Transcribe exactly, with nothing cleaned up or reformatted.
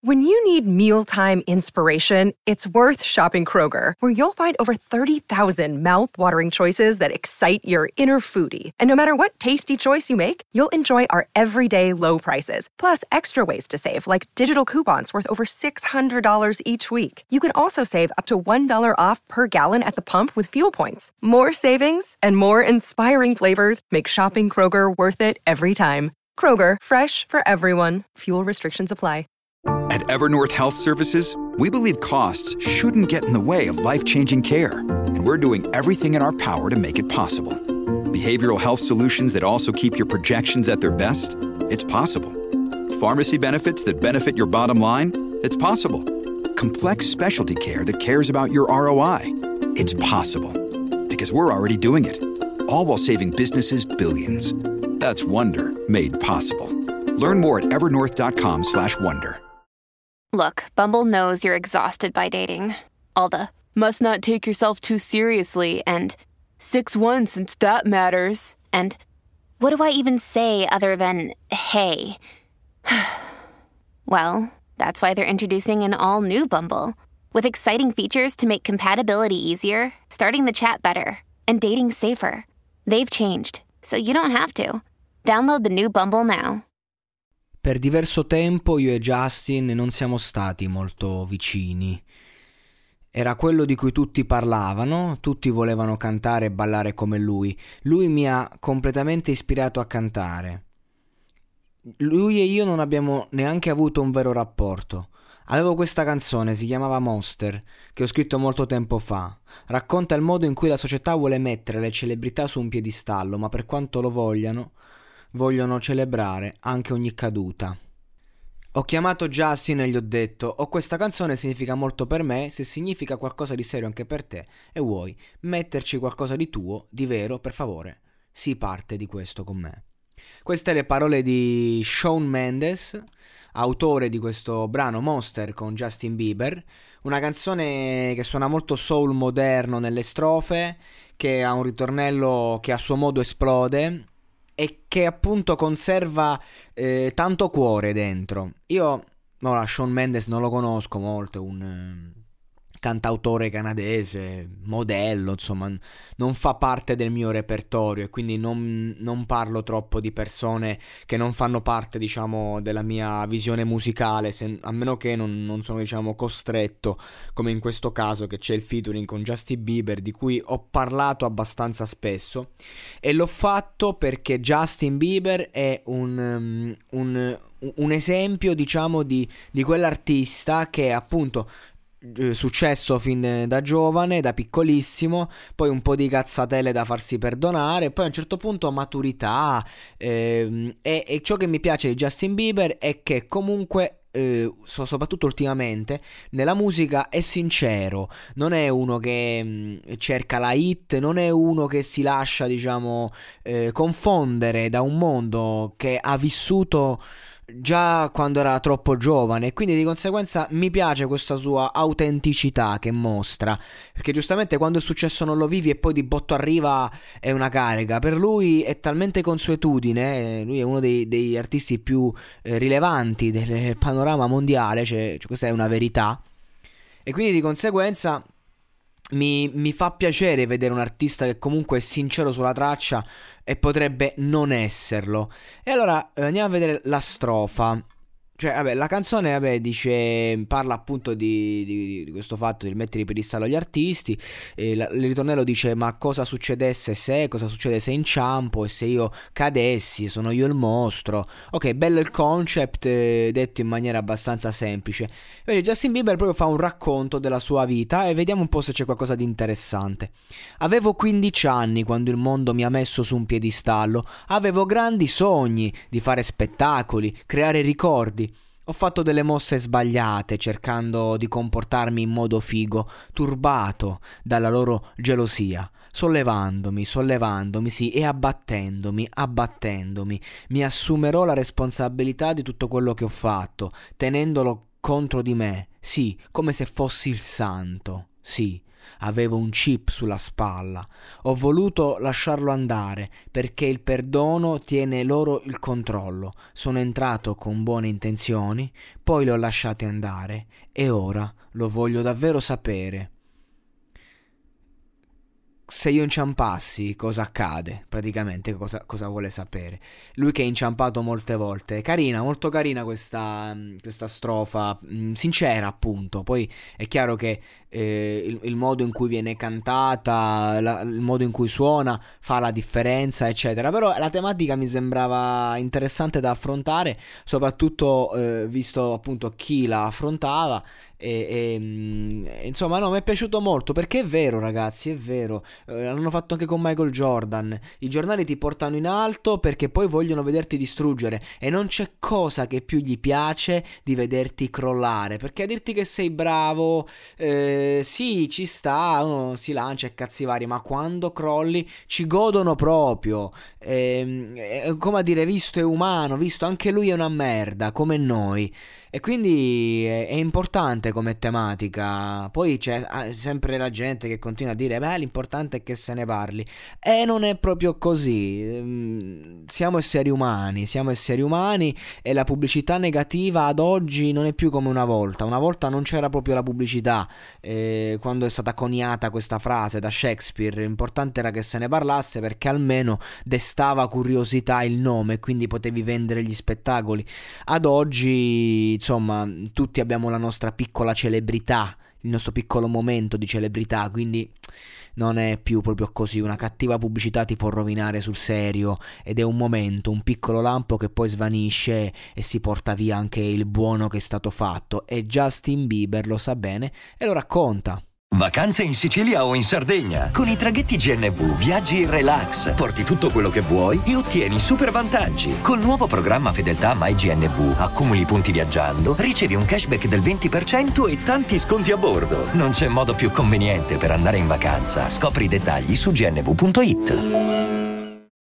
When you need mealtime inspiration, it's worth shopping Kroger, where you'll find over thirty thousand mouth-watering choices that excite your inner foodie. And no matter what tasty choice you make, you'll enjoy our everyday low prices, plus extra ways to save, like digital coupons worth over six hundred dollars each week. You can also save up to one dollar off per gallon at the pump with fuel points. More savings and more inspiring flavors make shopping Kroger worth it every time. Kroger, fresh for everyone. Fuel restrictions apply. At Evernorth Health Services, we believe costs shouldn't get in the way of life-changing care, and we're doing everything in our power to make it possible. Behavioral health solutions that also keep your projections at their best? It's possible. Pharmacy benefits that benefit your bottom line? It's possible. Complex specialty care that cares about your R O I? It's possible. Because we're already doing it. All while saving businesses billions. That's Wonder made possible. Learn more at evernorth.com slash wonder. Look, Bumble knows you're exhausted by dating. All the must not take yourself too seriously and six one since that matters. And what do I even say other than hey? Well, that's why they're introducing an all-new Bumble with exciting features to make compatibility easier, starting the chat better, and dating safer. They've changed, so you don't have to. Download the new Bumble now. Per diverso tempo io e Justin non siamo stati molto vicini. Era quello di cui tutti parlavano, tutti volevano cantare e ballare come lui. Lui mi ha completamente ispirato a cantare. Lui e io non abbiamo neanche avuto un vero rapporto. Avevo questa canzone, si chiamava Monster, che ho scritto molto tempo fa. Racconta il modo in cui la società vuole mettere le celebrità su un piedistallo, ma per quanto lo vogliano, vogliono celebrare anche ogni caduta. Ho chiamato Justin e gli ho detto: oh, questa canzone significa molto per me, se significa qualcosa di serio anche per te e vuoi metterci qualcosa di tuo, di vero, per favore, sii parte di questo con me. Queste le parole di Shawn Mendes, autore di questo brano Monster con Justin Bieber, una canzone che suona molto soul moderno nelle strofe, che ha un ritornello che a suo modo esplode e che appunto conserva eh, tanto cuore dentro. Io, ora, Shawn Mendes non lo conosco molto, è un eh, cantautore canadese, modello, insomma, non fa parte del mio repertorio e quindi non, non parlo troppo di persone che non fanno parte, diciamo, della mia visione musicale, se, a meno che non, non sono, diciamo, costretto, come in questo caso che c'è il featuring con Justin Bieber, di cui ho parlato abbastanza spesso, e l'ho fatto perché Justin Bieber è un, um, un, un esempio, diciamo, di, di quell'artista che appunto successo fin da giovane, da piccolissimo, poi un po' di cazzatelle da farsi perdonare, poi a un certo punto maturità, ehm, e, e ciò che mi piace di Justin Bieber è che comunque eh, so, soprattutto ultimamente nella musica è sincero, non è uno che mh, cerca la hit, non è uno che si lascia, diciamo, eh, confondere da un mondo che ha vissuto già quando era troppo giovane, e quindi di conseguenza mi piace questa sua autenticità che mostra, perché giustamente quando il successo non lo vivi e poi di botto arriva è una carica. Per lui è talmente consuetudine, lui è uno dei, dei artisti più eh, rilevanti del panorama mondiale, cioè, cioè questa è una verità, e quindi di conseguenza Mi, mi fa piacere vedere un artista che comunque è sincero sulla traccia e potrebbe non esserlo. E allora eh, andiamo a vedere la strofa. Cioè, vabbè, la canzone, vabbè, dice, parla appunto di, di, di questo fatto di mettere i piedistallo agli artisti, e la, il ritornello dice: ma cosa succedesse se, cosa succede se inciampo e se io cadessi, sono io il mostro. Ok, bello il concept, eh, detto in maniera abbastanza semplice. Vedi, Justin Bieber proprio fa un racconto della sua vita e vediamo un po' se c'è qualcosa di interessante. Avevo quindici anni quando il mondo mi ha messo su un piedistallo, avevo grandi sogni di fare spettacoli, creare ricordi. Ho fatto delle mosse sbagliate cercando di comportarmi in modo figo, turbato dalla loro gelosia, sollevandomi, sollevandomi, sì, e abbattendomi, abbattendomi. Mi assumerò la responsabilità di tutto quello che ho fatto, tenendolo contro di me, sì, come se fossi il santo, sì. Avevo un chip sulla spalla. Ho voluto lasciarlo andare perché il perdono tiene loro il controllo. Sono entrato con buone intenzioni, poi li ho lasciati andare e ora lo voglio davvero sapere. Se io inciampassi, cosa accade? Praticamente cosa, cosa vuole sapere. Lui che è inciampato molte volte. Carina, molto carina questa, questa strofa, mh, sincera appunto. Poi è chiaro che eh, il, il modo in cui viene cantata, la, il modo in cui suona fa la differenza, eccetera. Però la tematica mi sembrava interessante da affrontare, soprattutto eh, visto appunto chi la affrontava. E, e, insomma no, mi è piaciuto molto perché è vero, ragazzi, è vero, eh, l'hanno fatto anche con Michael Jordan. I giornali ti portano in alto perché poi vogliono vederti distruggere e non c'è cosa che più gli piace di vederti crollare, perché a dirti che sei bravo eh, sì, ci sta, uno si lancia e cazzi vari, ma quando crolli ci godono proprio. E, e, come a dire, visto è umano, visto anche lui è una merda come noi. E quindi è, è importante come tematica. Poi c'è sempre la gente che continua a dire beh, l'importante è che se ne parli. E non è proprio così. Siamo esseri umani, siamo esseri umani e la pubblicità negativa ad oggi non è più come una volta. Una volta non c'era proprio la pubblicità, eh, quando è stata coniata questa frase da Shakespeare. L'importante era che se ne parlasse perché almeno destava curiosità il nome e quindi potevi vendere gli spettacoli. Ad oggi insomma, tutti abbiamo la nostra piccola celebrità, il nostro piccolo momento di celebrità, quindi non è più proprio così. Una cattiva pubblicità ti può rovinare sul serio ed è un momento, un piccolo lampo che poi svanisce e si porta via anche il buono che è stato fatto, e Justin Bieber lo sa bene e lo racconta. Vacanze in Sicilia o in Sardegna. Con i traghetti G N V viaggi in relax, porti tutto quello che vuoi e ottieni super vantaggi. Col nuovo programma Fedeltà MyGNV accumuli punti viaggiando, ricevi un cashback del venti per cento e tanti sconti a bordo. Non c'è modo più conveniente per andare in vacanza. Scopri i dettagli su gnv punto it.